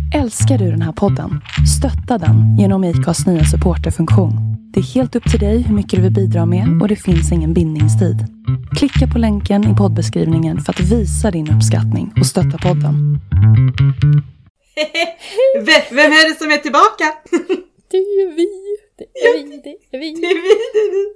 Älskar du den här podden? Stötta den genom IKAs nya supporterfunktion. Det är helt upp till dig hur mycket du vill bidra med och det finns ingen bindningstid. Klicka på länken i poddbeskrivningen för att visa din uppskattning och stötta podden. Vem är det som är tillbaka? Det är vi. Det är vi.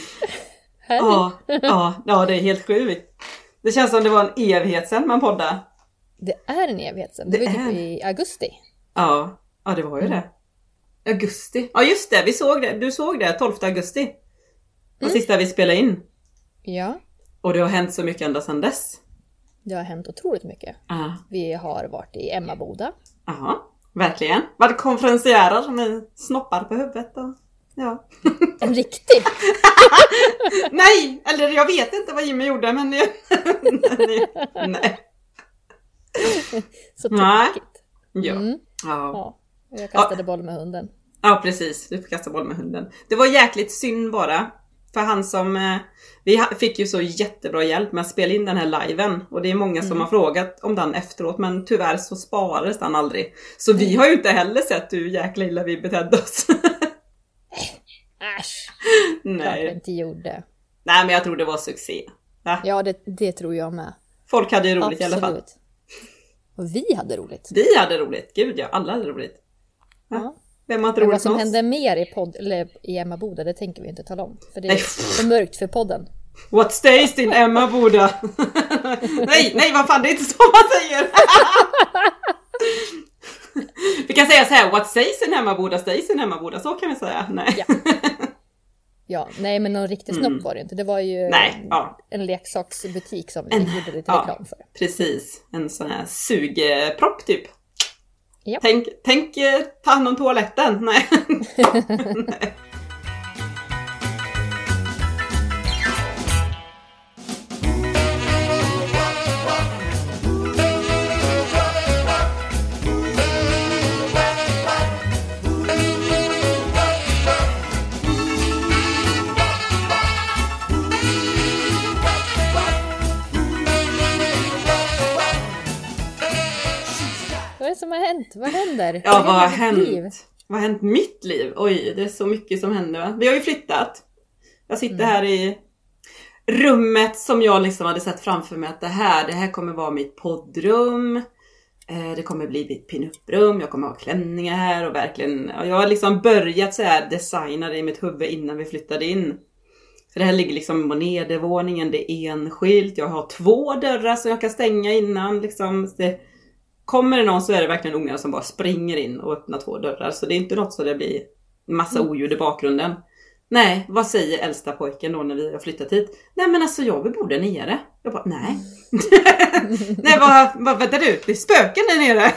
Ja, det är helt sjukt. Det känns som det var en evighet sedan man poddade. Det är en evighet sedan. Det var typ i augusti. Ja, det var ju det. Augusti. Ja, just det. Vi såg det. Du såg det 12 augusti. Det sista vi spelade in. Ja. Och det har hänt så mycket ända sedan dess. Det har hänt otroligt mycket. Vi har varit i Emmaboda. Ja, verkligen. Varit konferencierer med snoppar på huvudet. Och, ja. En riktig. Nej, eller jag vet inte vad Jimmy gjorde, men nej. Så tråkigt. Ja. Jag kastade boll med hunden. Ja, precis. Du fick kasta boll med hunden. Det var jäkligt synd bara. För han som... Vi fick ju så jättebra hjälp med att spela in den här liven. Och det är många som har frågat om den efteråt. Men tyvärr så sparades den aldrig. Så vi har ju inte heller sett hur jäkla illa vi betedde oss. Äsch. Nej. Klart vi inte gjorde. Nej, men jag tror det var succé. Ja, det tror jag med. Folk hade ju roligt. Absolut. I alla fall. Och vi hade roligt. Vi hade roligt. Gud ja, alla hade roligt. Ja. Vem har inte roligt? Vad som hände mer i Emmaboda, det tänker vi inte tala om. För det är för mörkt för podden. What stays in Emmaboda? nej, vad fan, det är inte så man säger. Vi kan säga så här, what stays in Emmaboda, stays in Emmaboda. Så kan vi säga. Nej. Ja, nej, men någon riktig snopp var det inte. Det var ju en leksaksbutik som vi gjorde lite reklam för. Precis, en sån här sugpropp typ. Ja. Tänk ta hand om toaletten. Nej. Nej. Vad är det som har hänt? Vad händer? Ja, vad har hänt? Vad har hänt mitt liv? Oj, det är så mycket som händer, va? Vi har ju flyttat. Jag sitter här i rummet som jag liksom hade sett framför mig att det här kommer vara mitt poddrum. Det kommer bli mitt pin-up-rum. Jag kommer ha klänningar här och verkligen... Jag har liksom börjat så här designa det i mitt huvud innan vi flyttade in. För det här ligger liksom på nedervåningen. Det är enskilt. Jag har 2 dörrar som jag kan stänga innan. Liksom. Kommer det någon så är det verkligen ungar som bara springer in och öppnar 2 dörrar. Så det är inte något så det blir massa oljud i bakgrunden. Nej, vad säger äldsta pojken då när vi har flyttat hit? Nej, men alltså jag vill bo där nere. Jag bara, nej. Nej, vad vänta du? Det är spöken där nere.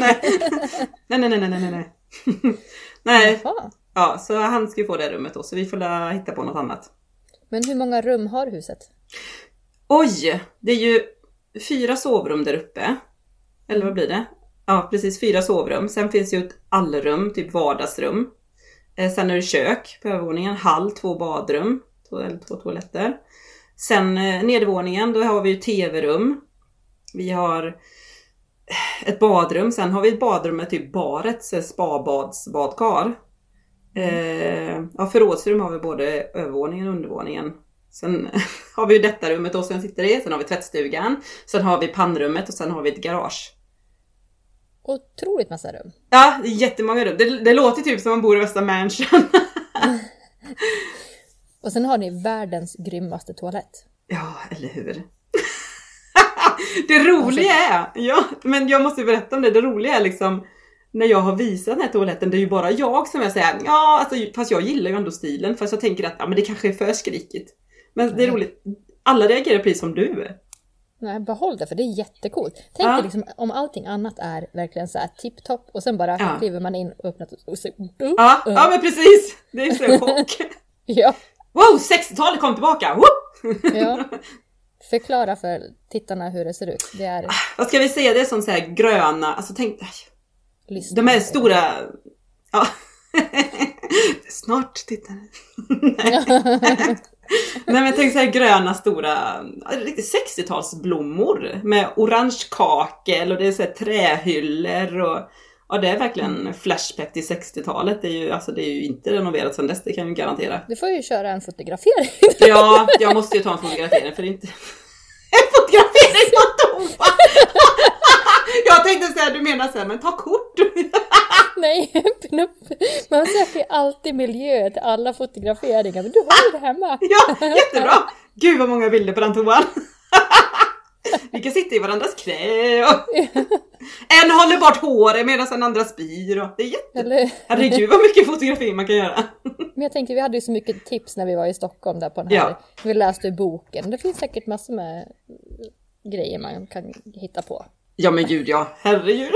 Nej. Nej. Ja, så han ska ju få det rummet då. Så vi får hitta på något annat. Men hur många rum har huset? Oj, det är ju 4 sovrum där uppe. Eller vad blir det? Ja, precis 4 sovrum. Sen finns ju ett allrum, typ vardagsrum. Sen är det kök på övervåningen. Hall, 2 badrum. 2 toaletter. Sen nedervåningen, då har vi ju tv-rum. Vi har ett badrum. Sen har vi ett badrum med typ baret, badkar. Förrådsrum har vi både övervåningen och undervåningen. Sen har vi ju detta rummet då som jag sitter i. Sen har vi tvättstugan. Sen har vi pannrummet och sen har vi ett garage. Otroligt massa rum. Ja, jättemånga rum. Det låter typ som man bor i Västra Mansion. Och sen har ni världens grymmaste toalett. Ja, eller hur? Det roliga är... Ja, men jag måste berätta om det. Det roliga är liksom... När jag har visat den här toaletten, det är ju bara jag som jag säger... Ja, alltså, fast jag gillar ju ändå stilen. Fast jag tänker att men det kanske är för skrikigt. Men det är roligt. Alla reagerar precis som du är. Nej, behåll det, för det är jättekult. Tänk dig liksom, om allting annat är verkligen så här tipptopp och sen bara kliver man in och öppnar och så... Ja, men precis. Det är så chock. Ja. Wow, 60-talet kom tillbaka. Ja. Förklara för tittarna hur det ser ut. Det är... Vad ska vi säga? Det är som så här gröna... Alltså tänk... De är stora... Ja. Snart tittar Nej, men tänk så här gröna stora riktigt 60-talsblommor med orange kakel och det är så här trähyllor Ja, det är verkligen flashback till 60-talet. Det är ju inte renoverat sedan dess, det kan jag garantera. Du får ju köra en fotografering. Ja, jag måste ju ta en fotografering för det är inte... En fotografering på toa! Jag tänkte säga, du menar så här, men ta kort. Nej, man söker alltid miljö till alla fotograferingar. Men du har ju det hemma. Ja, jättebra. Gud vad många bilder på den toan. Vi kan sitta i varandras knä. En håller bort håret medan den andra spyr. Det är herregud vad mycket fotografi man kan göra. Men jag tänkte, vi hade ju så mycket tips när vi var i Stockholm där på den här. Ja. Vi läste i boken. Det finns säkert massor med grejer man kan hitta på. Ja men gud, ja. Herregud.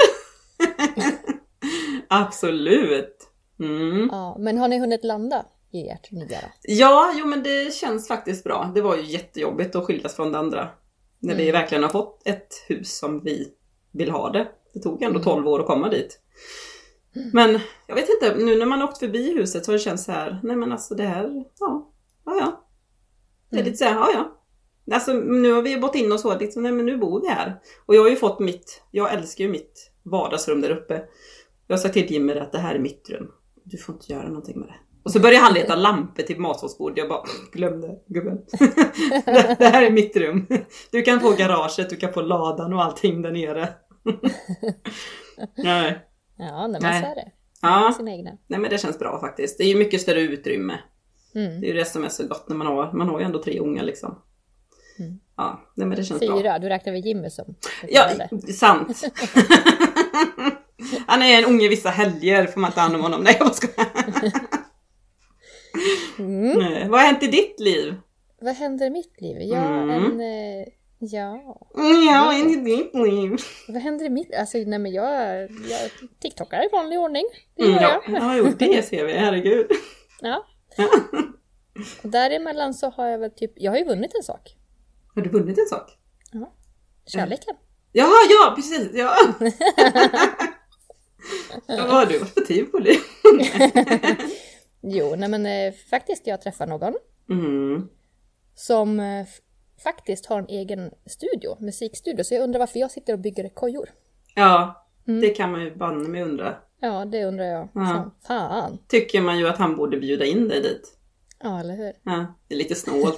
Absolut. Mm. Ja, men har ni hunnit landa i ert nya då? Ja, jo men det känns faktiskt bra. Det var ju jättejobbigt att skiljas från det andra. När vi verkligen har fått ett hus som vi vill ha det. Det tog ändå 12 år att komma dit. Men jag vet inte, nu när man åkt förbi huset så har det känts så här. Nej men alltså det här, ja. Det är lite så här, ja. Alltså nu har vi gått in och så, liksom, nej men nu bor vi här. Och jag har ju fått jag älskar ju mitt vardagsrum där uppe. Jag har sagt till Jimmy att det här är mitt rum. Du får inte göra någonting med det. Och så började han leta lampor till matsalsbord. Jag bara, glömde gubben. Det här är mitt rum. Du kan få garaget, du kan få ladan och allting där nere. Nej. Ja, men så är det. Ja. Sina egna. Nej men det känns bra faktiskt. Det är ju mycket större utrymme. Det är ju det som är så gott när man har ju ändå 3 unga liksom. Ja, nej men det känns 4, bra. Du räknar väl Jimmy som? Ja, sant. Han är en unge vissa helger, får man inte hand om honom. Nej, jag bara ska. Nej. Vad har hänt i ditt liv? Vad händer i mitt liv? Ja, i ditt liv. Vad händer i mitt? Alltså, nej men jag TikTokar i vanlig ordning. Det gör jag. Ja, jo, det ser vi, herregud. Ja. Och däremellan så har jag väl jag har ju vunnit en sak. Har du vunnit en sak? Ja. Kärleken. Ja, precis. Ja. Vad har du varit på tivoli? Jo, nej men faktiskt jag träffar någon som faktiskt har en egen studio, musikstudio. Så jag undrar varför jag sitter och bygger kojor. Ja, det kan man ju banne med undra. Ja, det undrar jag. Ja. Fan. Tycker man ju att han borde bjuda in dig dit. Ja, eller hur? Ja, det är lite snålt.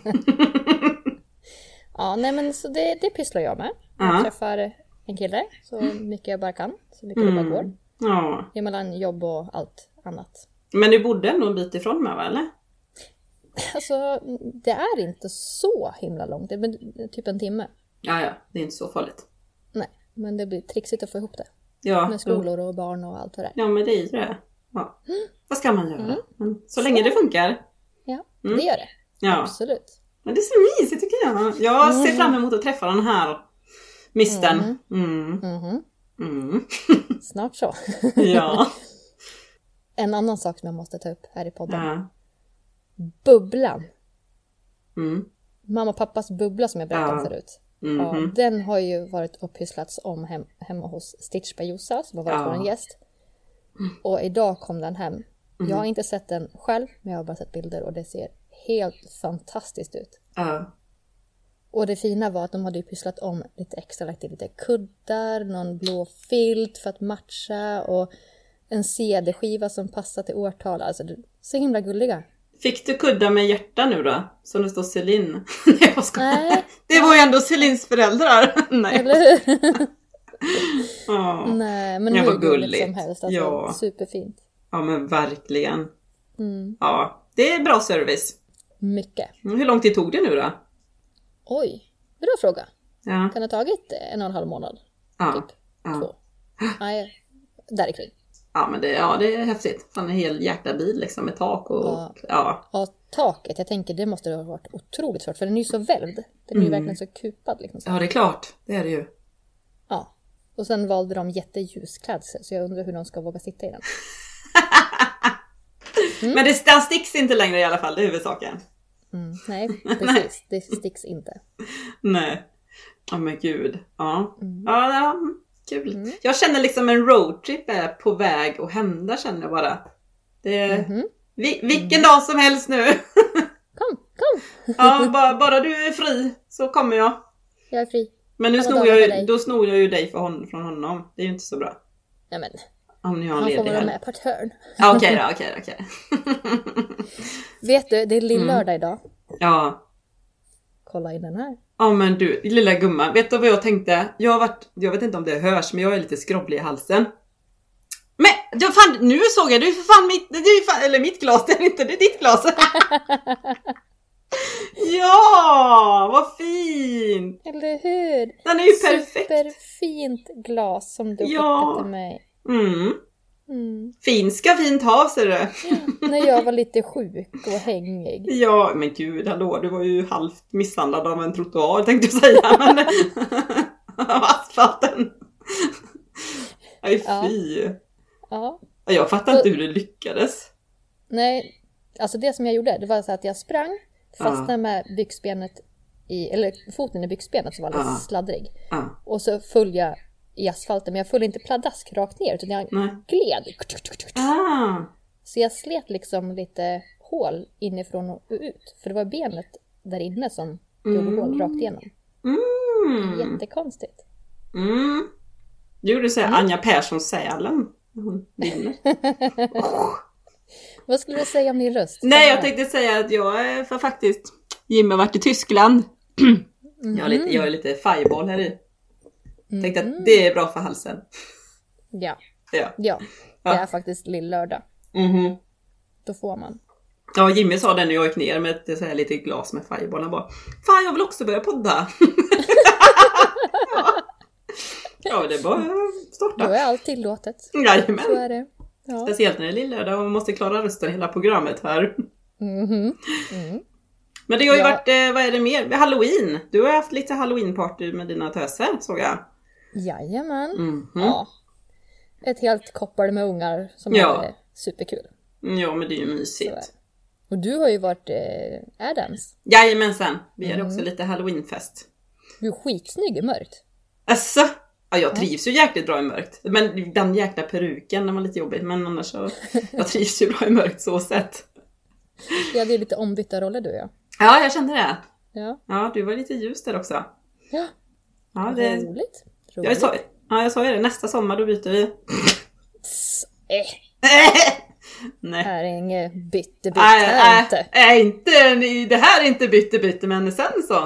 Ja, nej men så det pysslar jag med. Jag träffar en kille så mycket jag bara kan. Så mycket det bara går. Ja. Mellan jobb och allt annat. Men du bodde ändå en bit ifrån mig, va, eller? Alltså, det är inte så himla långt. Det är typ en timme. Ja, det är inte så farligt. Nej, men det blir trixigt att få ihop det. Ja. Med skolor och barn och allt vad det är. Ja, men det är ju det. Ja. Vad ska man göra? Men så länge det funkar. Ja, det gör det. Ja. Absolut. Men det är så mysigt tycker jag. Jag ser fram emot att träffa den här mistern. Snart så. Ja. En annan sak som jag måste ta upp här i podden. Ja. Bubblan. Mamma och pappas bubbla som jag berättade om förut. Ja, den har ju varit upphysslats om hemma hos Stitch by Josa som har varit vår gäst. Och idag kom den hem. Jag har inte sett den själv, men jag har bara sett bilder och det ser helt fantastiskt ut. Och det fina var att de hade ju pysslat om lite extra, lite kuddar, någon blå filt för att matcha och en CD-skiva som passar till årtal. Alltså, så himla gulliga. Fick du kudda med hjärta nu då? Som det står Celine. Nej. Det var ju ändå Celines föräldrar. Nej. Eller hur? Nej, men hur gulligt som helst. Alltså, ja. Superfint. Ja, men verkligen. Ja, det är bra service. Mycket. Hur lång tid tog det nu då? Oj, bra fråga. Ja. Kan det ha tagit 1,5 månad? Typ 2. Nej, där kring. Ja, men det är häftigt. Han är en hel jäkla bil liksom med tak och... Ja, taket. Jag tänker det måste ha varit otroligt svårt. För den är ju så välvd. Den är ju verkligen så kupad. Liksom. Ja, det är klart. Det är det ju. Ja. Och sen valde de jätteljusklädsel. Så jag undrar hur de ska våga sitta i den. Men den sticks inte längre i alla fall. Det är huvudsaken. Nej, precis. Det sticks inte. Nej. Ja, men gud. Ja. Ja, kul. Jag känner liksom en roadtrip är på väg att hända, känner jag bara. Det är vilken dag som helst nu. Kom. Ja, bara du är fri så kommer jag. Jag är fri. Men nu snor jag ju dig från honom. Det är ju inte så bra. Ja, men. Om ni har han får vara med på ett hörn. Okej. Vet du, det är lillördag idag. Ja. Kolla in den här. Ja men du, lilla gumman. Vet du vad jag tänkte? Jag vet inte om det hörs, men jag är lite skrobblig i halsen. Men, fan, nu såg jag, det är för fan mitt glas, det är inte, det är ditt glas. Ja, vad fint! Eller hur? Den är ju perfekt. Superfint glas som du skickade till mig. Fint ska fint ha, ser du. Ja, när jag var lite sjuk och hängig. Ja, men gud, hallå, du var ju halvt misshandlad av en trottoar, tänkte jag säga. Men av asfalten. Aj, fy. Ja. Jag fattar inte hur det lyckades. Nej, alltså det som jag gjorde, det var så att jag sprang, fastnade med byxbenet foten i byxbenet som var lite sladdrig. Och så föll jag i asfalten, men jag föll inte pladask rakt ner, utan jag gled. Så jag slet liksom lite hål inifrån och ut. För det var benet där inne som gjorde hål rakt igenom. Jättekonstigt. Du gjorde så här Anja Persson-sälen. Hon vinner. Vad skulle du säga om din röst? Nej, jag tänkte säga att jag är faktiskt Jimmy har varit i Tyskland. Jag är lite fireball här i. Tänkte att det är bra för halsen. Ja. Det är faktiskt lillördag. Då får man. Ja, Jimmy sa det när jag gick ner med ett så här lite glas med fireball. Han bara, fan jag vill också börja podda. Ja, det är bara att starta. Då är allt tillåtet. Jajamän. Så är det. Ja. Speciellt när det är lillördag och man måste klara rösten hela programmet här. Men det har ju varit, vad är det mer? Halloween. Du har haft lite Halloween-party med dina töser, såg jag. Jajamän. Ja. Ett helt koppel med ungar som är superkul. Ja, men det är ju mysigt. Och du har ju varit Adams. Jajamensan. Vi hade också lite Halloween-fest. Du är skitsnygg i mörkt. Asså? Ja, jag trivs ju jäkligt bra i mörkt. Men den jäkla peruken, den var lite jobbig. Men annars så, jag trivs ju bra i mörkt så sett. Vi hade ju lite ombytta roller du och jag. Ja, jag kände det. Ja, du var lite ljus där också. Ja, det är roligt. Jag sa ju det. Nästa sommar då byter vi. Nej. Här är inget bytte. Det här är inte bytte, men sen så.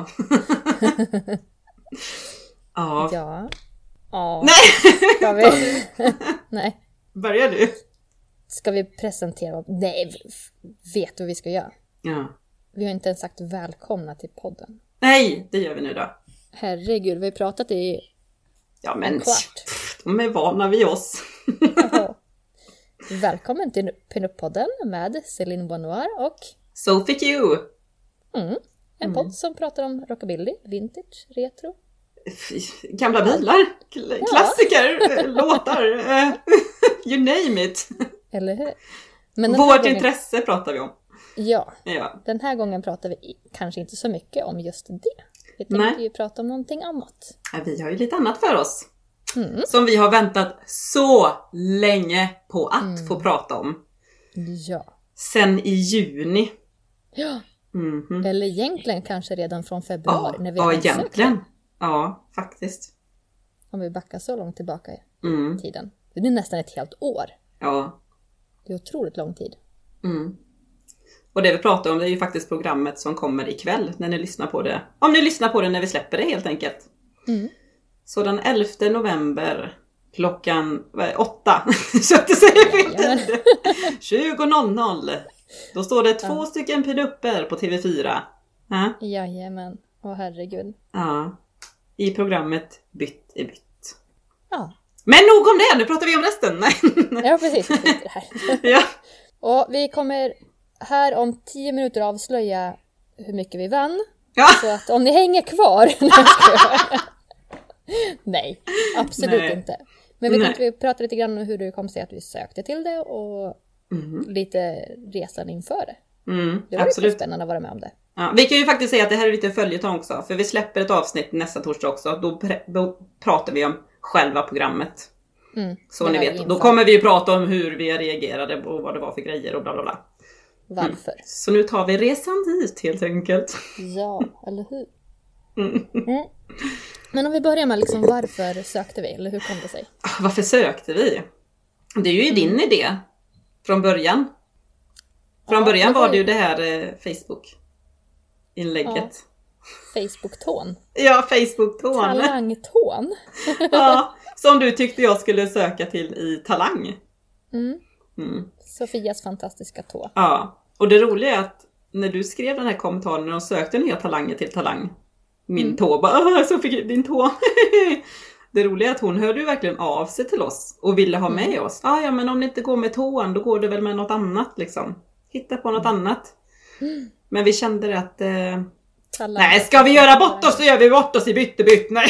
Ja. Nej. Ska vi? Nej. Börjar du? Ska vi presentera? Nej, vet du vad vi ska göra? Ja. Vi har inte ens sagt välkomna till podden. Nej, det gör vi nu då. Herregud, vi har pratat i en kvart. De är vana vid oss. Välkommen till Pinup-podden med Céline Bonoir och Sophie Q. En podd som pratar om rockabilly, vintage, retro. Gamla bilar, klassiker, låtar, you name it. Eller hur? Men vårt intresse pratar vi om. Ja, den här gången pratar vi kanske inte så mycket om just det. Vi tänkte ju prata om någonting annat. Ja, vi har ju lite annat för oss. Som vi har väntat så länge på att få prata om. Ja. Sen i juni. Ja. Eller egentligen kanske redan från februari. När vi egentligen. Ja, faktiskt. Om vi backar så långt tillbaka i tiden. Det är nästan ett helt år. Ja. Det är otroligt lång tid. Och det vi pratar om, det är ju faktiskt programmet som kommer ikväll när ni lyssnar på det. Om ni lyssnar på det när vi släpper det helt enkelt. Så den 11 november klockan 8 så att det säger 20.00. Då står det 2 stycken pinupper på TV4. Jajamän. Åh herregud. Ja. I programmet Bytt är bytt. Ja. Men nog om det, nu pratar vi om resten. Ja, precis. Ja. Och vi kommer här om 10 minuter avslöja hur mycket vi vann. Ja. Så att om ni hänger kvar. Nej, absolut inte. Men vi tänkte prata lite grann om hur det kom sig att vi sökte till det och lite resan inför det. Det var absolut spännande att vara med om det. Ja, vi kan ju faktiskt säga att det här är lite följetong också. För vi släpper ett avsnitt nästa torsdag också. Då pratar vi om själva programmet. Så ni vet. Då kommer vi ju prata om hur vi reagerade och vad det var för grejer och bla bla bla. Varför? Så nu tar vi resan dit helt enkelt. Ja, eller hur? Men om vi börjar med liksom, varför sökte vi? Eller hur kom det sig? Varför sökte vi? Det är ju din idé. Från början. Från början var det ju det här Facebook-inlägget. Ja. Facebook-tån. Ja, Facebook-tån. Talangtån. Ja, som du tyckte jag skulle söka till i Talang. Sofias fantastiska tå. Ja, och det roliga är att när du skrev den här kommentaren när de sökte nya talanger till Talang. Min tå bara, Sofie, din tå. Det roliga är att hon hörde ju verkligen av sig till oss och ville ha med oss. Ja, men om det inte går med tån, då går det väl med något annat liksom. Hitta på något annat. Men vi kände det att... nej, ska vi göra bort oss så gör vi bort oss i bytt. Nej.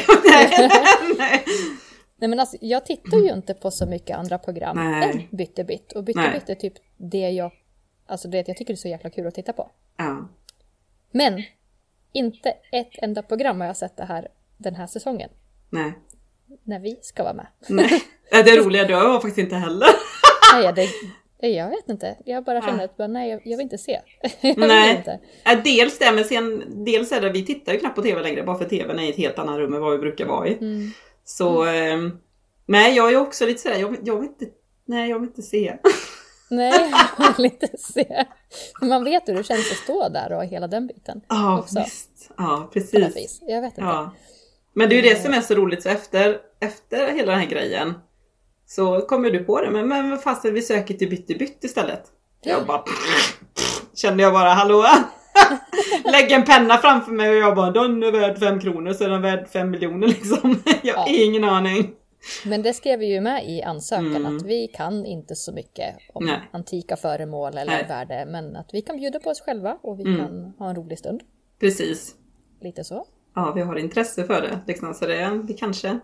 Nej, men alltså, jag tittar ju inte på så mycket andra program än Bytt. Och Bytt är typ det jag... Alltså det jag tycker det är så jäkla kul att titta på. Ja. Men inte ett enda program har jag sett den här säsongen. Nej. När vi ska vara med. Nej. Det är roliga, jag var faktiskt inte heller. Nej, jag vet inte. Jag bara känner att jag vill inte se. Nej. Inte. Dels det, men dels är det vi tittar ju knappt på tv längre. Bara för tvn är i ett helt annat rum än vad vi brukar vara i. Så, nej, jag är också lite sådär, jag vill inte se. Nej, jag vill inte se. Man vet hur det känns att stå där och hela den biten. Ja, visst. Ja, precis. Jag vet inte. Ja. Men det är ju det som är så roligt. Så efter hela den här grejen så kommer du på det. Men fast vi söker till bytt istället. Jag bara... kände jag bara, hallå? Lägg en penna framför mig och jag bara, den är värd 5 kronor så är den värd 5 miljoner liksom. Jag har ingen aning. Men det skrev vi ju med i ansökan att vi kan inte så mycket om antika föremål eller värde. Men att vi kan bjuda på oss själva och vi kan ha en rolig stund. Precis. Lite så. Ja, vi har intresse för det. Liksom, så vi kanske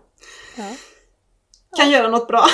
kan göra något bra.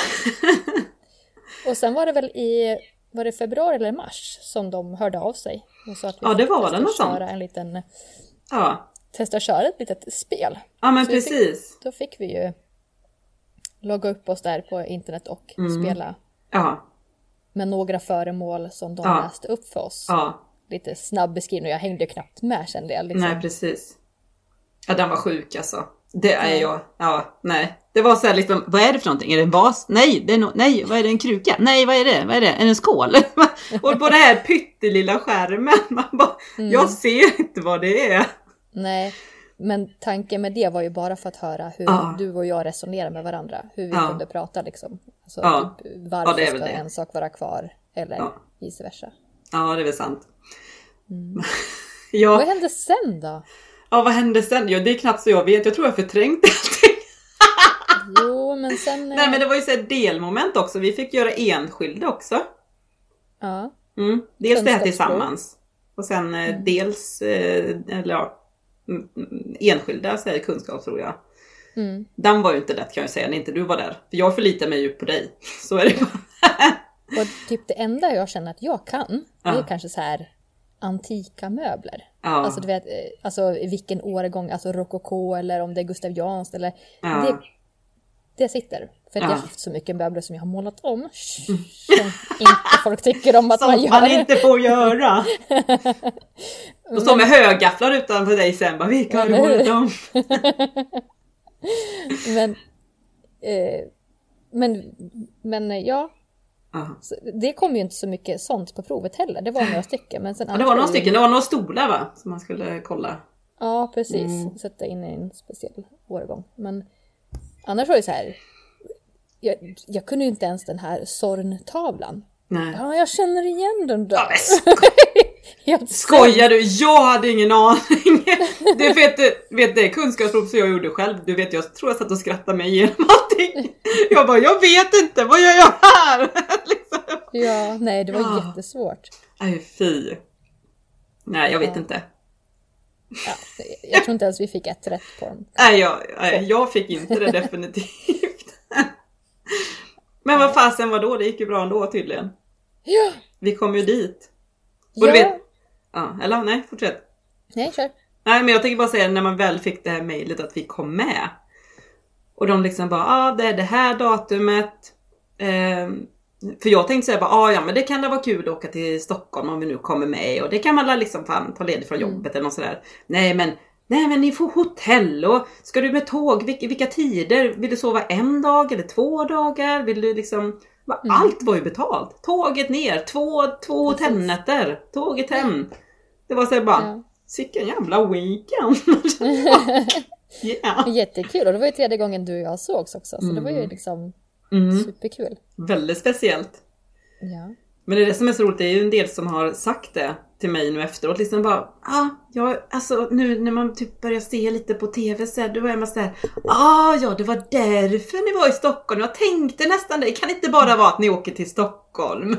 Och sen var det väl var det februari eller mars som de hörde av sig. Och så att vi det var det något sånt. En liten... Testa att köra ett litet spel. Ja, men så precis. Då fick vi ju logga upp oss där på internet och spela. Ja. Med några föremål som de läste upp för oss. Ja. Lite snabb beskrivning. Jag hängde knappt med, kände jag. Liksom. Nej, precis. Ja, den var sjuk alltså. Det är jag. Ja, nej. Det var så här liksom, vad är det för någonting? Är det en vas? Nej, nej, vad är det, en kruka? Nej, vad är det? Är det en skål? Och på det här pyttelilla skärmen, man bara, jag ser inte vad det är. Nej, men tanken med det var ju bara för att höra hur du och jag resonerar med varandra. Hur vi kunde prata liksom. Alltså, typ, varför ska en sak vara kvar? Eller vice versa. Ja, det är väl sant. Vad hände sen då? Ja, vad hände sen? Ja, det är knappt så jag vet. Jag tror jag förträngt allting. Jo, men sen... Nej, men det var ju så ett delmoment också. Vi fick göra enskilda också. Ja. Dels det här tillsammans. Och sen dels, enskilda så här, kunskap tror jag. Den var ju inte lätt kan jag säga när inte du var där. För jag förlitar mig ju på dig. Så är det bara. Och typ det enda jag känner att jag kan, det är kanske så här antika möbler. Alltså du vet, alltså vilken årgång, alltså rokoko eller om det är Gustav Jans eller det sitter. För att jag har haft så mycket möbler som jag har målat om som inte folk tycker om att man gör. Som man inte får göra. Och så med högafflar utanför dig sen, bara vilka har du målat om? men ja. Så det kom ju inte så mycket sånt på provet heller. Det var några stycken. Men sen det var några stycken. Det var några stolar va? Som man skulle kolla. Ja, precis. Sätta in i en speciell årgång. Men annars var det så här. Jag kunde ju inte ens den här Zorn-tavlan. Nej. Ja, jag känner igen den där. Skojar du? Jag hade ingen aning. Du vet det kunskapsprov som jag gjorde själv. Du vet, jag tror jag satt och skrattade mig igenom allting. Jag bara, jag vet inte. Vad gör jag här? Liksom. Ja, nej, det var jättesvårt. Aj, fy. Nej, jag vet inte. Ja, jag tror inte ens vi fick ett rätt på dem. Nej, jag fick inte det definitivt. Men vad fasen var då? Det gick ju bra ändå tydligen. Ja. Vi kom ju dit. Och du vet... Ja, eller nej, fortsätt. Nej, kör. Nej, men jag tänker bara säga när man väl fick det här mejlet att vi kom med. Och de liksom bara, det är det här datumet. För jag tänkte säga bara, ja men det kan det vara kul att åka till Stockholm om vi nu kommer med. Och det kan man liksom fan ta ledigt från jobbet eller något sådär. Nej men ni får hotell och ska du med tåg, vilka tider? Vill du sova 1 dag eller 2 dagar? Vill du liksom, Allt var ju betalt. Tåget ner, två hotellnätter, tåget hem. Det var så här bara, sicken jävla weekend. Yeah. Jättekul, och det var ju 3:e gången du och jag sågs också. Så det var ju liksom superkul. Väldigt speciellt. Ja. Men det som är så roligt, det är ju en del som har sagt det till mig nu efteråt. Liksom bara, alltså nu när man typ börjar se lite på tv så här, då är man så här, ja det var därför ni var i Stockholm. Jag tänkte nästan det, kan inte bara vara att ni åker till Stockholm.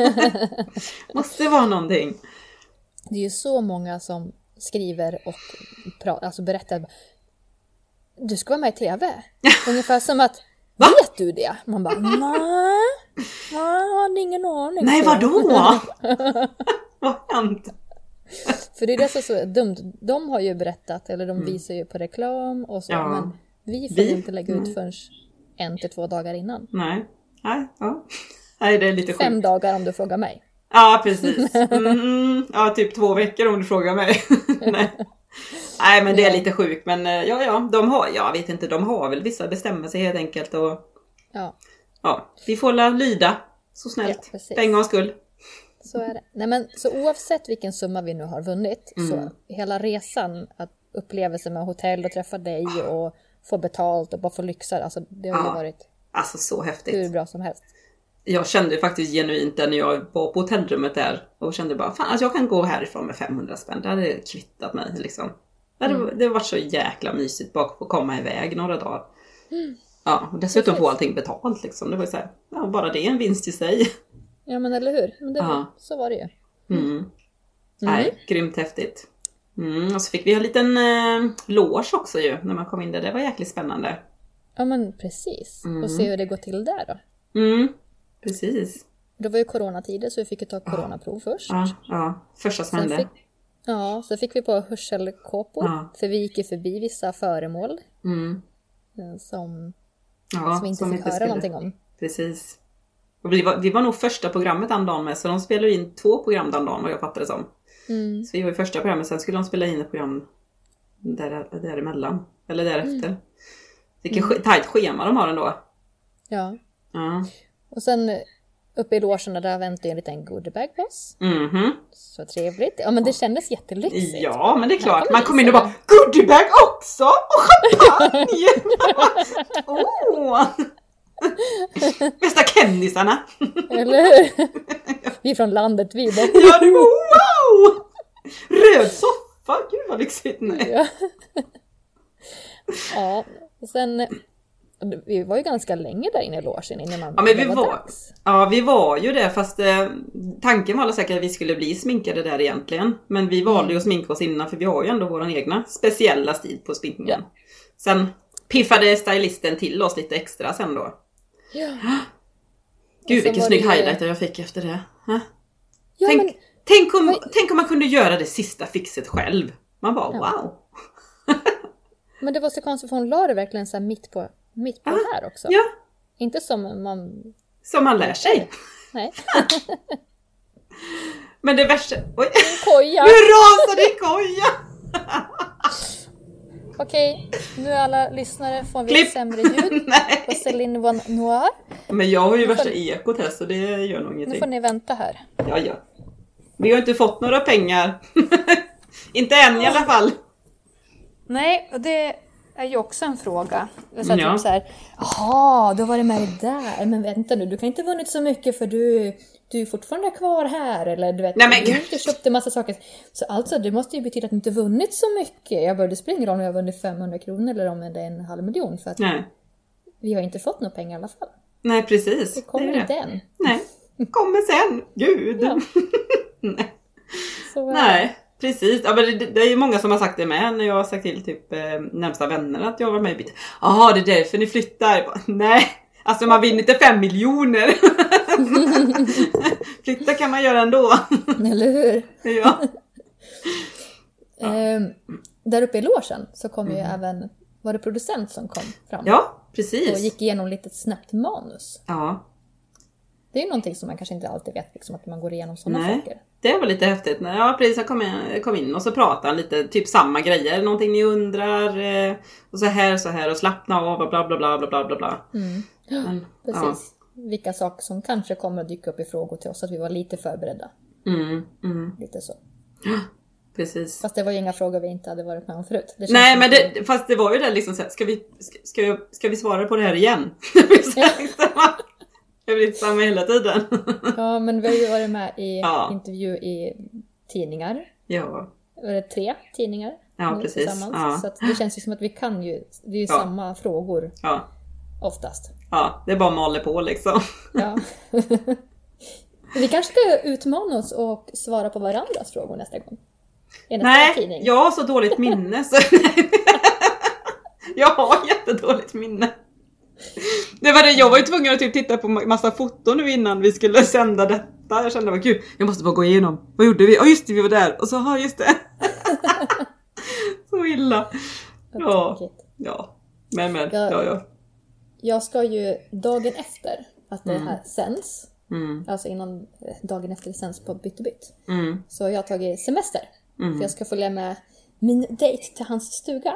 Måste vara någonting. Det är ju så många som skriver och alltså berättar, du ska vara med i tv. Ungefär som att, vet du det? Man bara, nej, jag har ingen aning. Nej, vadå? Vad har hänt? För det är det som är så dumt. De har ju berättat, eller de visar ju på reklam och så, men vi får inte lägga ut förrän 1 till 2 dagar innan. Nej, det är lite 5 dagar om du frågar mig. Ja, precis. Ja, typ 2 veckor om du frågar mig. Nej, men det är lite sjukt. Men de har, jag vet inte, de har väl vissa bestämmelser helt enkelt. Och vi får lyda så snällt. För en gångs skull. Så är det. Nej, men så oavsett vilken summa vi nu har vunnit, så hela resan, att upplevelsen med hotell och träffa dig och få betalt och bara få lyxar, alltså det har ju varit alltså så häftigt. Hur bra som helst. Jag kände faktiskt genuint när jag var på hotellrummet där och kände bara, fan, alltså jag kan gå härifrån med 500 spänn. Det hade kvittat mig liksom. Det var så jäkla mysigt bara att komma iväg några dagar. Ja, och dessutom få allting betalt liksom. Det var ju så här, bara det är en vinst i sig. Ja, men eller hur? Men så var det ju. Nej, grymt häftigt. Och så fick vi en liten loge också ju när man kom in där. Det var jäkligt spännande. Ja, men precis. Och se hur det går till där då. Precis. Det var ju coronatider så vi fick ju ta coronaprov först. Ja, första som hände. Så fick vi på hörselkåpor. För vi gick ju förbi vissa föremål. Som vi inte fick höra någonting om. Precis. Och vi var nog första programmet den dagen med. Så de spelade in 2 program den dagen vad jag fattade det som. Så vi var i första programmet. Sen skulle de spela in ett program däremellan. Eller därefter. Vilket tajt schema de har ändå. Ja. Och sen uppe i logen där väntar en liten goodiebag på oss. Så trevligt. Ja, men det kändes jättelyxigt. Ja, men det är klart. Man kom in och bara, goodiebag också! Och champagne! Bästa kändisarna! Eller hur? Vi är från landet, vi bara, wow! Röd soffa, gud vad lyxigt. Nej. Ja, och sen vi var ju ganska länge där inne i logen innan man vi var ju det, fast tanken var säkert att vi skulle bli sminkade där egentligen. Men vi valde ju att sminka oss innan, för vi har ju ändå vår egna speciella stil på sminkningen. Sen piffade stylisten till oss lite extra sen då. Gud, vilken snygg highlighter jag fick efter det. Tänk om man kunde göra det sista fixet själv. Man bara, wow. Men det var så konstigt, för hon la det verkligen så här mitt på här också. Ja. Inte som man lär sig. Nej. Men det värsta... Oj. Koja. Nu rasar din koja. Okej, nu alla lyssnare får vi sämre ljud på Céline Noir. Men jag har ju värsta ekot här, så det gör nog ingenting. Nu får ni vänta här. Ja. Vi har inte fått några pengar. Inte än i alla fall. Nej, och det är ju också en fråga. Så typ så här, jaha, då var det med det där. Men vänta nu, du kan inte ha vunnit så mycket för du är fortfarande kvar här. Eller du vet, du har inte köpt en massa saker. Så alltså, det måste ju betyda att du inte vunnit så mycket. Jag började springa roll om jag har vunnit 500 kronor eller om det är 500 000. För att vi har inte fått några pengar i alla fall. Nej, precis. Det kommer inte än. Nej, kommer sen. Gud. Ja. Nej. Precis, ja, men det är ju många som har sagt det med när jag har sagt till typ närmsta vänner att jag var med i biten. Jaha, det är därför ni flyttar. Nej, alltså man vinner inte 5 miljoner. Flytta kan man göra ändå. Eller hur? Ja. Där uppe i logen så kom ju även, var det producent som kom fram? Ja, precis. Och gick igenom lite snabbt manus. Ja. Det är ju någonting som man kanske inte alltid vet, liksom, att man går igenom sådana saker. Det var lite häftigt. Ja, precis. Jag kom in och så pratade han lite, typ samma grejer. Någonting ni undrar. Och så här och slappna av och bla bla bla bla bla bla. Precis. vilka saker som kanske kommer att dyka upp i frågor till oss. Att vi var lite förberedda. Lite så. Precis. Fast det var ju inga frågor vi inte hade varit med om förut. Nej, men fast det var ju det liksom så här, ska vi svara på det här igen? Jag blir inte samma hela tiden. Ja, men vi har ju varit med i intervju i tidningar. Ja. Var det 3 tidningar? Ja, precis. Ja. Så att det känns ju som att vi kan ju, det är ju samma frågor. Ja. Oftast. Ja, det är bara maler på liksom. Ja. Vi kanske ska utmana oss och svara på varandras frågor nästa gång. Nej, jag har så dåligt minne. Så jag har jättedåligt minne. Det var det, jag var ju tvungen att typ titta på massa foton nu innan vi skulle sända detta. Jag kände, vad kul, jag måste bara gå igenom. Vad gjorde vi? Ja, just det, vi var där. Och så, just det. Så illa. Ja. Men. Jag ska ju dagen efter att det här sänds. Alltså innan dagen efter det sänds på Bytt och Bytt. Så jag har tagit semester. För jag ska följa med min dejt till hans stuga.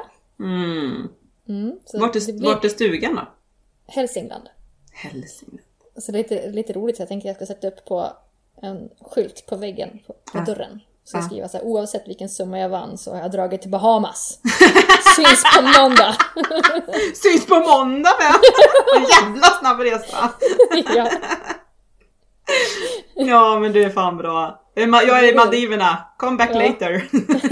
Vart är stugan då? Hälsingland. Så det är lite roligt. Så jag tänker att jag ska sätta upp på en skylt på väggen på dörren. Så jag skriver så här, oavsett vilken summa jag vann så har jag dragit till Bahamas. Syns på måndag. Syns på måndag med. Jävla snabb resa. Ja. Ja, men det är fan bra. Jag är i Maldiverna. Come back later.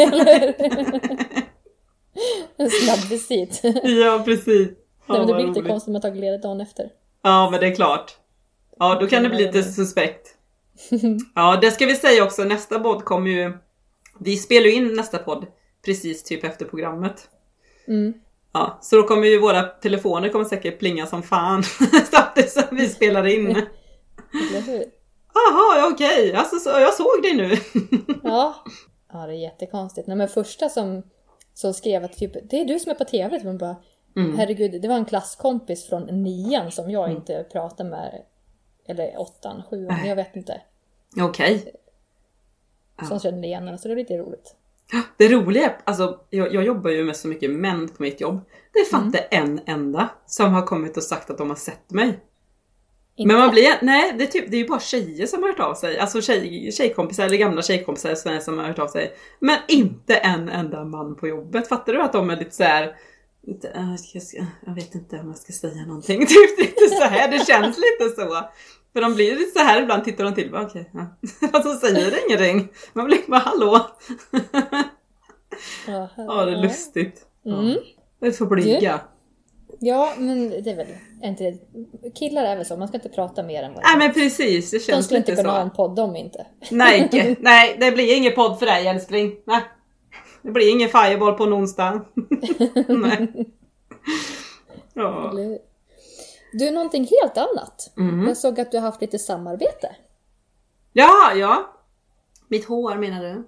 En snabb visit. Ja, precis. Nej, men det blir lite konstigt om man tagit ledigt dagen efter. Ja, men det är klart. Ja, då kan det bli lite suspekt. Ja, det ska vi säga också. Nästa podd kommer ju... Vi spelar ju in nästa podd precis typ efter programmet. Ja, så då kommer ju våra telefoner kommer säkert plinga som fan. Samtidigt som vi spelar in. Eller hur? Jaha, okej. Alltså, jag såg det nu. Ja, det är jättekonstigt. Nej, men första som skrev att typ, det är du som är på tv. Man bara, herregud, det var en klasskompis från 9:an som jag inte pratade med. Eller 8:an, 7:an, jag vet inte. Okej. Som kände igen henne, så det är lite roligt. Det roliga, alltså jag jobbar ju med så mycket män på mitt jobb. Det är fan inte en enda som har kommit och sagt att de har sett mig. Inte. Men man blir, nej, det är ju bara tjejer som har hört av sig. Alltså tjejkompisar eller gamla tjejkompisar som har hört av sig. Men inte en enda man på jobbet. Fattar du att de är lite så här... Jag vet inte om jag ska säga någonting. Typ lite så här, det känns lite så. För de blir lite så här, ibland tittar de till. Okej, ja. Och så säger det ingenting. Man blir bara, hallå. Ja, det är lustigt. Det är för blyga. Ja, men det är väl inte... Killar är väl så, man ska inte prata mer än vad... Nej, men precis, det känns de skulle inte inte kunna så. Ha en podd om inte. Nej, det blir ingen podd för dig, älskling. Nej. Det blir ingen fireball på en onsdag. Nej. Ja. Du, någonting helt annat. Jag såg att du har haft lite samarbete. Ja. Mitt hår menar du?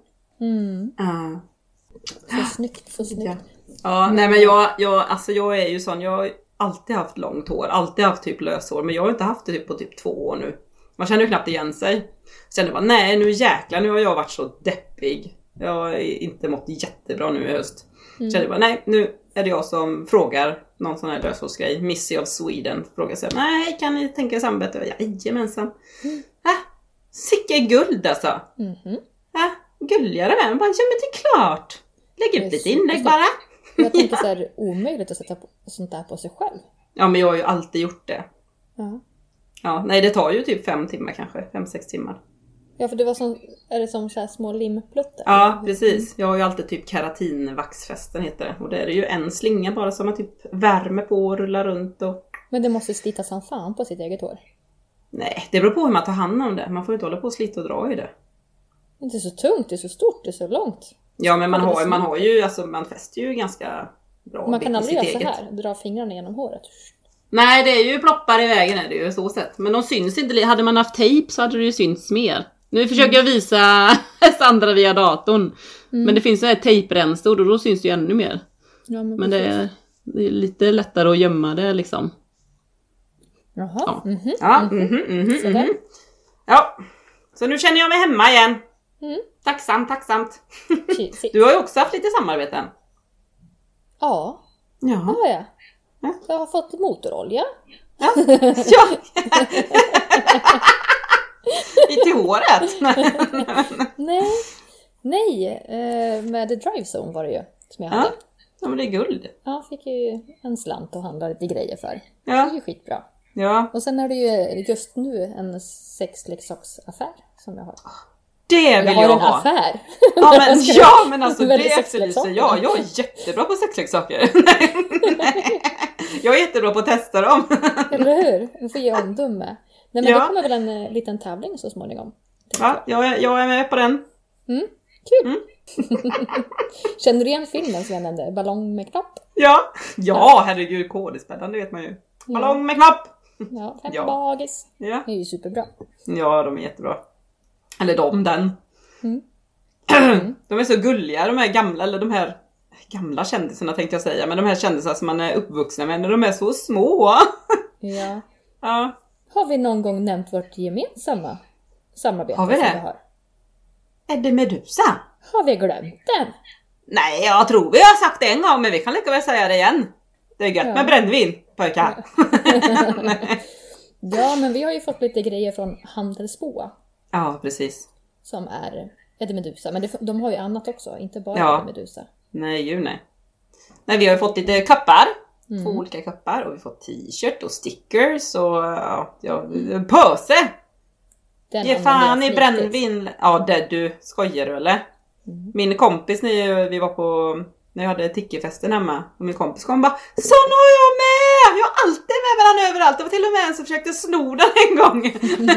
Så snyggt. Ja, nej men jag är ju sån, jag har alltid haft långt hår, alltid haft typ löshår, men jag har inte haft det typ på typ 2 år nu. Man känner ju knappt igen sig. Så kände bara, nej nu jäklar, nu har jag varit så deppig. Jag har inte mått jättebra nu i höst. Så kände bara, nej nu är det jag som frågar någon sån här löshårsgrej. Missy of Sweden frågar sig, nej kan ni tänka samarbete? Jajamensan. Sicka guld alltså. Gulligare med. Man bara, ja men det är klart. Lägg upp lite inlägg bara. Jag tänker så här, omöjligt att sätta sånt där på sig själv. Ja, men jag har ju alltid gjort det. Ja, nej det tar ju typ 5 timmar kanske. 5-6 timmar. Ja, för det var är det som så här små limpluttar? Ja, precis. Jag har ju alltid typ keratinvaxfästen heter det. Och det är ju en slinga bara som man typ värmer på och rullar runt. Men det måste slita som fan på sitt eget hår. Nej, det beror på hur man tar hand om det. Man får inte hålla på och slita och dra i det. Det är så tungt, det är så stort, det är så långt. Ja, men man har ju, alltså man fäster ju ganska bra. Man kan aldrig göra så här, dra fingrarna genom håret. Nej, det är ju ploppar i vägen är det ju så sett. Men de syns inte, hade man haft tejp så hade det ju synts mer. Nu försöker jag visa Sandra via datorn. Men det finns så här tejprensor och då syns det ju ännu mer. Ja, men det är lite lättare att gömma det liksom. Jaha. Ja, så nu känner jag mig hemma igen. Tacksamt. Du har ju också haft lite samarbeten. Ja. Ja. Jag har fått motorolja. Ja. Ja. Till håret? Nej. Med The Drive Zone var det ju som jag hade. Ja, men det är guld. Ja, fick ju en slant och handla lite grejer för. Ja. Det är ju skitbra. Ja. Och sen är det ju just nu en sexleksaksaffär som jag har. Det vill jag ha. Jag har en affär. Ja, men alltså det efterlyser jag. Jag är jättebra på sexleksaker. Jag är jättebra på att testa dem. Eller hur? Du får ge omdöme. Nej, men det kommer väl en liten tävling så småningom. Ja, jag är med på den. Kul. Känner du igen filmen som jag nämnde? Ballong med knapp? Ja, herregud, kodespännande, det vet man ju. Ballong med knapp! Ja, 5 bagis. Ja. Det är ju superbra. Ja, de är jättebra. Eller den. De är så gulliga, de här gamla, eller de här gamla kändisarna tänkte jag säga. Men de här kändisarna som man är uppvuxna med, när de är så små. Ja. Ja. Har vi någon gång nämnt vårt gemensamma samarbete? Har vi det? Är det Medusa? Har vi glömt den? Nej, jag tror vi har sagt det en gång, men vi kan lika väl säga det igen. Det är gött med brännvin, pojkar. Ja, men vi har ju fått lite grejer från Handelsboa. Ja, precis. Som är det Medusa, men de har ju annat också, inte bara Medusa. Nej. Nej, vi har ju fått lite kappar. 2 olika kappar, och vi har fått t-shirt och stickers och pöse. Ge fan i brännvin. Ja, det du skojar eller? Min kompis vi var på, när jag hade tickefesten hemma, och min kompis kom bara, sån har jag med! Jag har alltid med varandra överallt. Det var till och med en som försökte sno den en gång.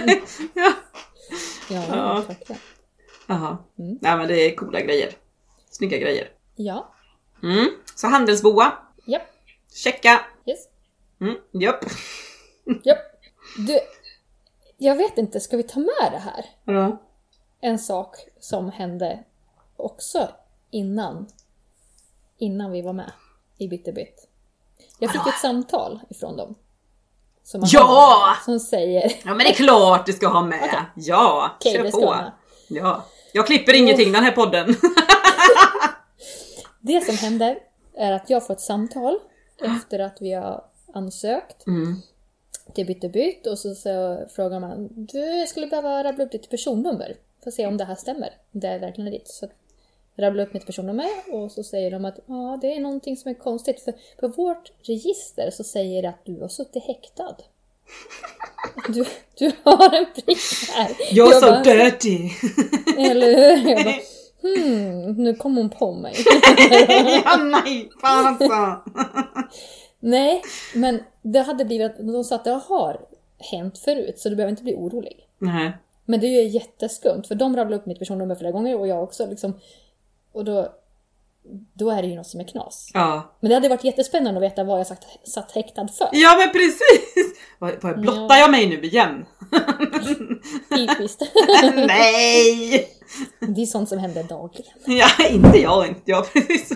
Ja. Jaha. Nej, men det är coola grejer. Snygga grejer. Ja. Så Handelsboa. Japp. Checka. Yes. Japp. Du, jag vet inte, ska vi ta med det här? Ja. En sak som hände också innan vi var med i Bitterbytt. Jag fick ett samtal ifrån dem. Som säger... Ja, men det är klart du ska ha med. Okay. Ja, kör på. Ja. Jag klipper ingenting den här podden. Det som hände är att jag får ett samtal efter att vi har ansökt till Bitterbytt, och så frågar man, du skulle behöva rabbla upp ditt personnummer för att se om det här stämmer. Det är verkligen ditt. Så rabbla upp mitt personnummer, och så säger de att det är någonting som är konstigt, för på vårt register så säger det att du har suttit häktad. Du har en prick här. Jag är så dirty. Eller hur? Jag bara, nu kom hon på mig. Ja, nej, fan alltså. Nej, men det hade blivit, de sa att det har hänt förut, så du behöver inte bli orolig. Nej. Men det är ju jätteskumt, för de rabblade upp mitt personnummer flera gånger, och jag också liksom, och då är det ju något som är knas. Ja. Men det hade varit jättespännande att veta vad jag satt häktad för. Ja, men precis. Vad blottar jag mig nu igen? Typiskt. Nej. Det är sånt som händer dagligen. Ja, inte jag precis.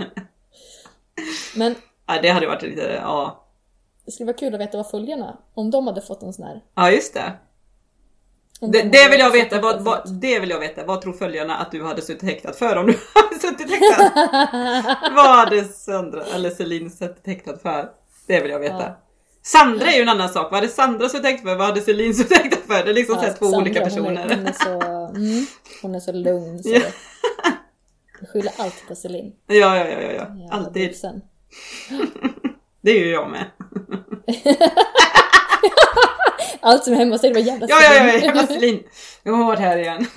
Men det hade varit lite, det skulle vara kul att veta vad följarna, om de hade fått en sån här. Ja, just det. Det vill jag veta. Det vill jag veta. Vad tror följarna att du hade suttit häktad för om du hade suttit häktad? Vad hade Sandra eller Celine suttit häktad för? Det vill jag veta. Ja. Sandra är ju en annan sak. Vad hade Sandra suttit häktad för? Vad hade Celine suttit häktad för? Det är liksom två Sandra, olika personer. Hon är så lugn. Så jag skyller allt på Celine. Ja. Alltid. Det är ju jag med. Allt som är hemma så är det bara jävla Celine. Ja, jävla Celine. Jag har varit här igen.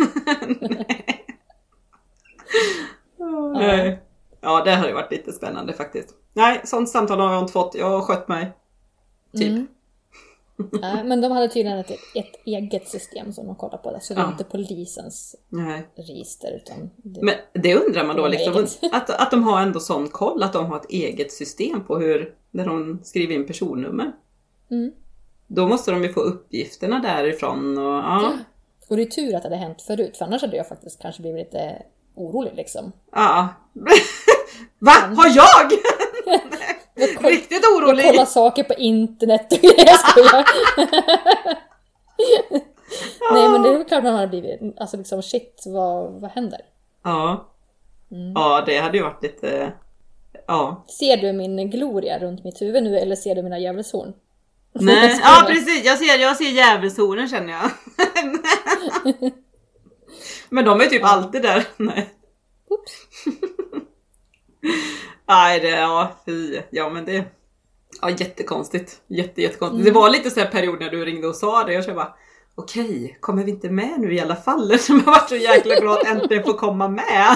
Nej. Ja, det har ju varit lite spännande faktiskt. Nej, sånt samtal har jag inte fått. Jag har skött mig. Typ. Ja, men de hade tydligen ett eget system som de kollar på där. Så det är inte polisens register. Utan men det undrar man då liksom. Att de har ändå sån koll. Att de har ett eget system på hur, när de skriver in personnummer. Då måste de ju få uppgifterna därifrån. Och det är tur att det hade hänt förut. För annars hade jag faktiskt kanske blivit lite orolig liksom. Ja. Va? Har jag? Riktigt orolig. Jag kollar saker på internet. Jag skojar. Nej, men det är klart man hade blivit. Alltså liksom shit, vad händer? Ja. Ja, det hade ju varit lite. Ja. Ser du min gloria runt mitt huvud nu, eller ser du mina djävulshorn? Nej, ja precis. Jag ser djävulshornen känner jag. Men de är typ alltid där. Nej. Oops. Nej, fy. Ja, men det... Ja, jättekonstigt. Jättekonstigt. Det var lite så här period när du ringde och sa det. Jag kände bara, okej, kommer vi inte med nu i alla fall? Som jag har varit så jäkla glad att äntligen få komma med.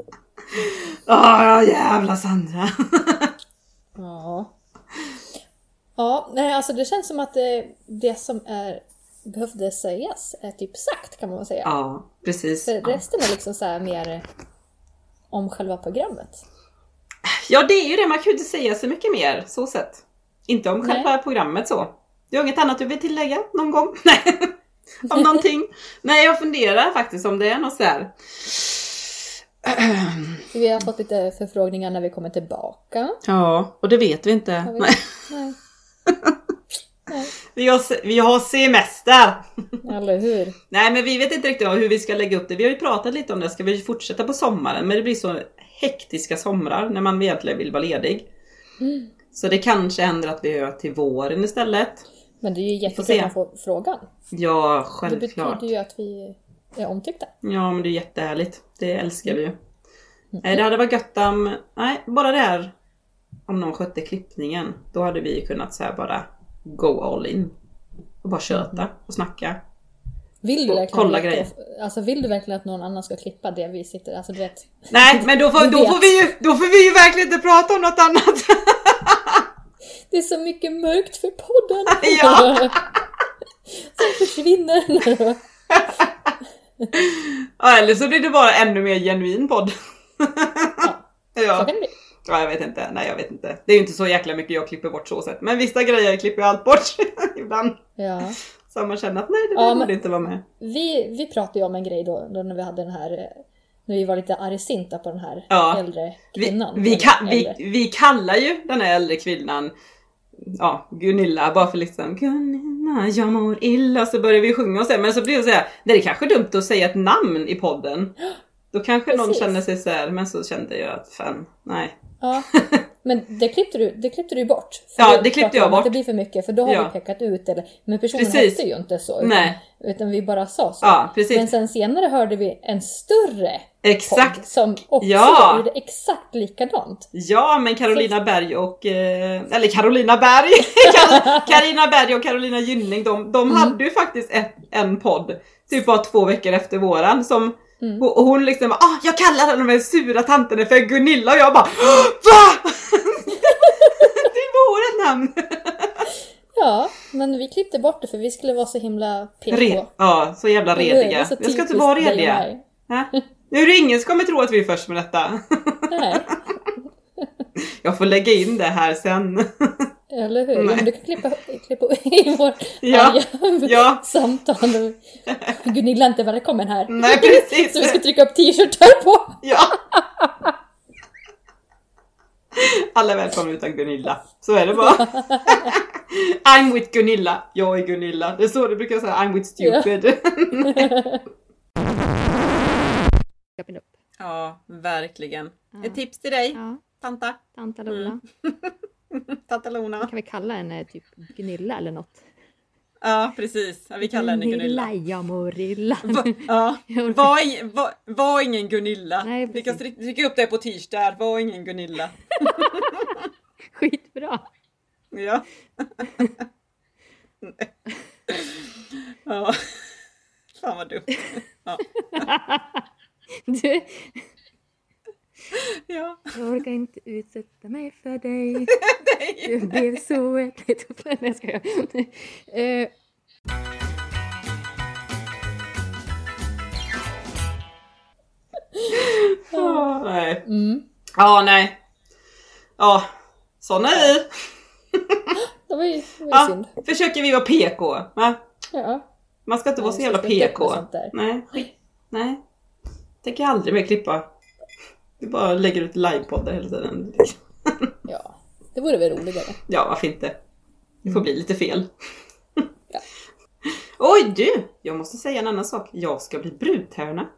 Jävla Sandra. Ja. Ja, nej, alltså det känns som att det som behövde sägas är typ sagt, kan man säga. Ja, precis. För resten är liksom så här mer om själva programmet. Ja, det är ju det. Man kan ju inte säga så mycket mer, så sett. Inte om själva programmet så. Du har inget annat du vill tillägga någon gång? Nej. Om någonting? Nej, jag funderar faktiskt om det är något där. Vi har fått lite förfrågningar när vi kommer tillbaka. Ja, och det vet vi inte. Nej. Vi har semester. Eller hur? Nej, men vi vet inte riktigt hur vi ska lägga upp det. Vi har ju pratat lite om det. Ska vi fortsätta på sommaren? Men det blir så hektiska somrar när man egentligen vill vara ledig. Så det kanske händer att vi gör till våren istället. Men det är ju jättekul att man får frågan. Ja, självklart. Det betyder ju att vi är omtyckta. Ja, men det är jättehärligt. Det älskar vi ju. Nej, det hade varit gött om... Nej, bara det här. Om någon skötte klippningen. Då hade vi kunnat så här bara go all in. Och bara köta och snacka. Vill du verkligen kolla grejer. Alltså vill du verkligen att någon annan ska klippa det vi sitter... Alltså du vet... Nej, men då får vi ju verkligen inte prata om något annat. Det är så mycket mörkt för podden. Ja. Som försvinner. Ja, eller så blir det bara ännu mer genuin podd. Ja, så kan det bli. Ja, jag vet inte. Nej, jag vet inte. Det är ju inte så jäkla mycket jag klipper bort så sätt. Men vissa grejer klipper jag allt bort ibland. Ja. Så man känner att nej, det borde inte vara med. Vi pratade ju om en grej då när vi hade den här... När vi var lite argsinta på den här äldre kvinnan. Vi kallar ju den här äldre kvinnan Gunilla, bara för liksom Gunilla, jag mår illa. Så börjar vi sjunga och säga, men så blir det så här, det är kanske dumt att säga ett namn i podden. Då kanske någon känner sig så här, men så kände jag att fan, nej. Ja, men det klippte du bort. Ja, det klippte jag bort. Det blir för mycket, för då har vi pekat ut det. Men personen hette ju inte så. Utan vi bara sa så. Ja, precis. Men sen senare hörde vi en större podd som också gjorde exakt likadant. Ja, men Carolina Berg och... Eller Carolina Berg! Carina Berg och Carolina Gynning, de hade ju faktiskt en podd. Typ bara 2 veckor efter våran som... Och hon liksom jag kallar de här sura tanterna för Gunilla. Och jag bara, va? Det är vårat namn. Ja, men vi klippte bort det för vi skulle vara så himla PK. Ja, så jävla rediga. Jag ska inte vara rediga. Nu är det ingen som kommer tro att vi är först med detta. Nej. Jag får lägga in det här sen. Eller hur? Men du kan klippa i vår samtal. Gunilla är inte välkommen här. Nej, precis. Så vi ska trycka upp t-shirtar på. Ja. Alla är välkomna utan Gunilla. Så är det bara. I'm with Gunilla. Jag är Gunilla. Det är så du brukar säga. I'm with stupid. Ja, verkligen. Ett tips till dig, Tanta Lola. Tanta Lona. Kan vi kalla henne typ Gunilla eller något? Ja, precis. Vi kallar henne Gunilla. Jag mår illa. Var ingen Gunilla. Nej, vi kan trycka upp det på t-shirt. Var ingen Gunilla. Skitbra. Ja. Ja. Fan vad dumt. Ja. Du... Ja. Jag orkar inte utsätta mig för dig. Du blev så äckligt. Nej, ska jag. Nej. Ja, nej. Ja, såna är vi. Det var ju synd. Försöker vi vara PK, va? Ja. Man ska inte vara så jävla PK. Nej. Tänker jag aldrig mer klippa. Vi bara lägger ut livepoddar hela tiden. Ja, det vore väl roligare. Ja, varför inte? Det får bli lite fel. Ja. Oj du, jag måste säga en annan sak. Jag ska bli brudtärna.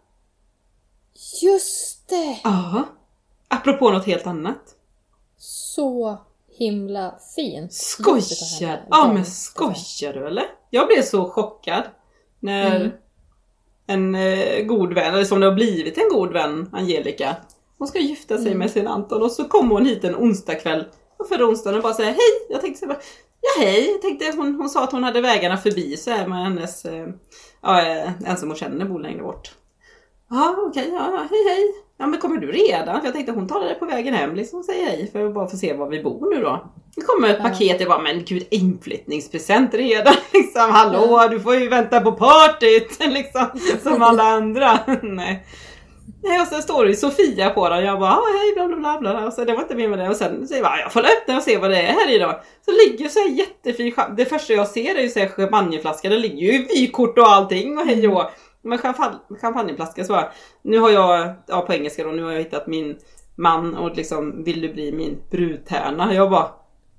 Just det! Ja, apropå något helt annat. Så himla fint. Skojar! Ja, men skojar du eller? Jag blev så chockad när en god vän, eller som det har blivit en god vän, Angelica, hon ska gifta sig med sin Anton, och så kommer hon hit en onsdagkväll och förra onsdagen och bara säger hej. Jag tänkte så bara, ja hej. Jag tänkte, hon sa att hon hade vägarna förbi så här med hennes en som hon känner bor längre bort. Ja, okej, ja, hej. Ja, men kommer du redan? För jag tänkte hon talade på vägen hem liksom och säger hej för att bara få se var vi bor nu då. Det kommer ett paket, jag bara, men gud, inflyttningspresent redan liksom, hallå, du får ju vänta på partyt liksom, som alla andra. Nej, och sen står det ju Sofia på den. Jag bara, hej, bla bla bla. Och så det var inte med det. Och sen säger jag får öppna och se vad det är här idag. Så ligger så här jättefin. Det första jag ser är ju så här champagneflaska. Det ligger ju vykort och allting. Och hej och. Men champagneflaska så bara, nu har jag, på engelska då, nu har jag hittat min man och liksom, vill du bli min brudtärna? Jag bara.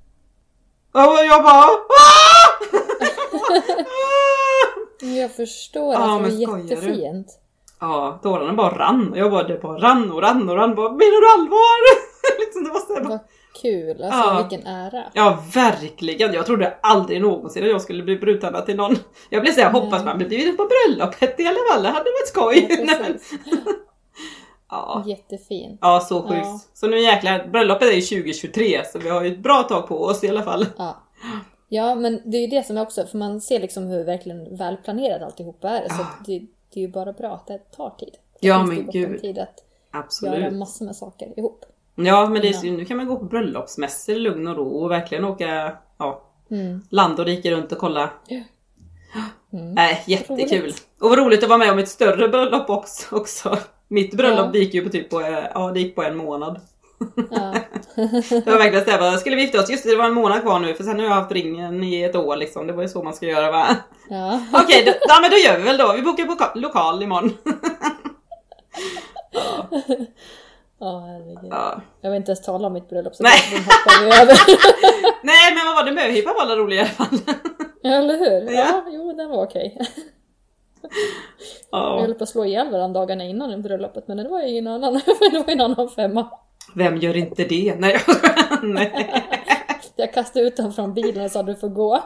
Jag förstår att det var jättefint. Ja, tårarna bara rann. Jag bara, det bara rann. Bara, menar du allvar? liksom, det var så här, vad kul, alltså vilken ära. Ja, verkligen. Jag trodde aldrig någonsin att jag skulle bli brudtärna till någon. Jag blev så här, hoppas man blir på bröllopet i alla fall. Det hade varit skoj. Ja. Jättefint. Ja, så sjukt. Ja. Så nu jäklar, bröllopet är ju 2023. Så vi har ju ett bra tag på oss i alla fall. Ja, men det är ju det som är också, för man ser liksom hur verkligen välplanerat alltihopa är. Så det är ju bara bra att det tar tid. Ja, men gud. Tid att absolut. Göra massor med saker ihop. Ja, men det är, nu kan man gå på bröllopsmässor i lugn och ro och verkligen åka land och rike runt och kolla. Jättekul. Roligt. Och vad roligt att vara med om ett större bröllop också. Mitt bröllop gick ju på typ det gick på en månad. Ja. Det var verkligen så här, skulle vi gifta oss? Just det var en månad kvar nu, för sen har jag haft ringen i ett år liksom. Det var ju så man ska göra, va? Ja. Okej, men då gör vi väl då. Vi bokar på lokal imorgon. Herregud. Jag vill inte ens tala om mitt bröllop, så nej. Hoppar vi över. Nej, men vad var det? Möhippa var alla roliga i alla fall. Eller hur? Ja, jo, den var okej. Jag höll på att slå ihjäl varandra dagarna innan bröllopet, men det var ju en annan femma. Vem gör inte det? Nej. Nej. Jag kastade ut dem från bilen och sa du får gå.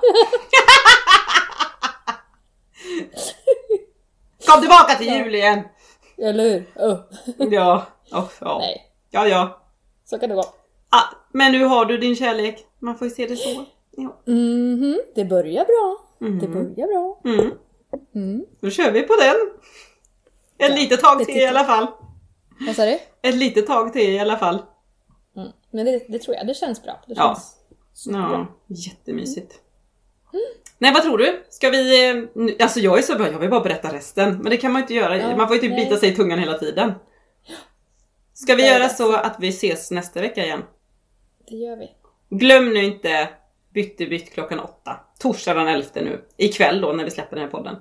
Kom tillbaka till jul igen. Eller hur? Ja. Nej. Ja. Så kan det vara. Men nu har du din kärlek. Man får ju se det så. Ja. Det börjar bra. Det börjar bra. Då kör vi på den. Ett litet tag till i alla fall. Vad sa du? Ett litet tag till i alla fall. Men det tror jag. Det känns bra. Det känns bra. Jättemysigt. Nej, vad tror du? Ska vi... Alltså jag är så bra. Jag vill bara berätta resten. Men det kan man inte göra. Man får ju typ bita sig i tungan hela tiden. Ska vi göra så att vi ses nästa vecka igen? Det gör vi. Glöm nu inte bytt klockan 8. Torsdag den 11 nu. Ikväll då när vi släpper den här podden.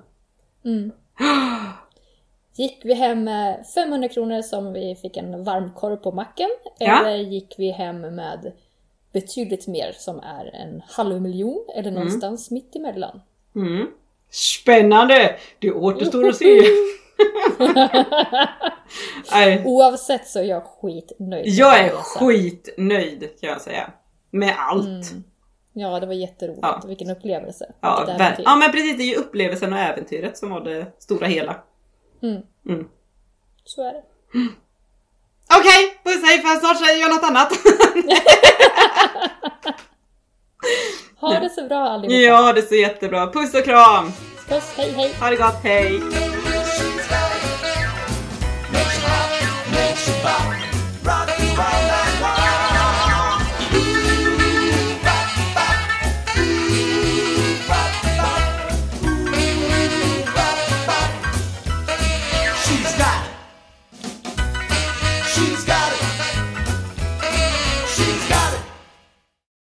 Gick vi hem med 500 kronor som vi fick en varm korv på macken? Eller gick vi hem med betydligt mer som är 500 000 eller någonstans mitt emellan? Spännande! Det återstår att se. Oavsett så är jag skitnöjd. Jag är skitnöjd kan jag säga. Med allt. Ja, det var jätteroligt. Ja. Vilken upplevelse. Ja, men precis. Det är ju upplevelsen och äventyret som var det stora hela. Så är det. Okej, puss hej, för snart säger jag något annat. Ha det så bra allihopa. Ja, det är så jättebra. Puss och kram. Puss, hej. Ha det gott, hej. She's got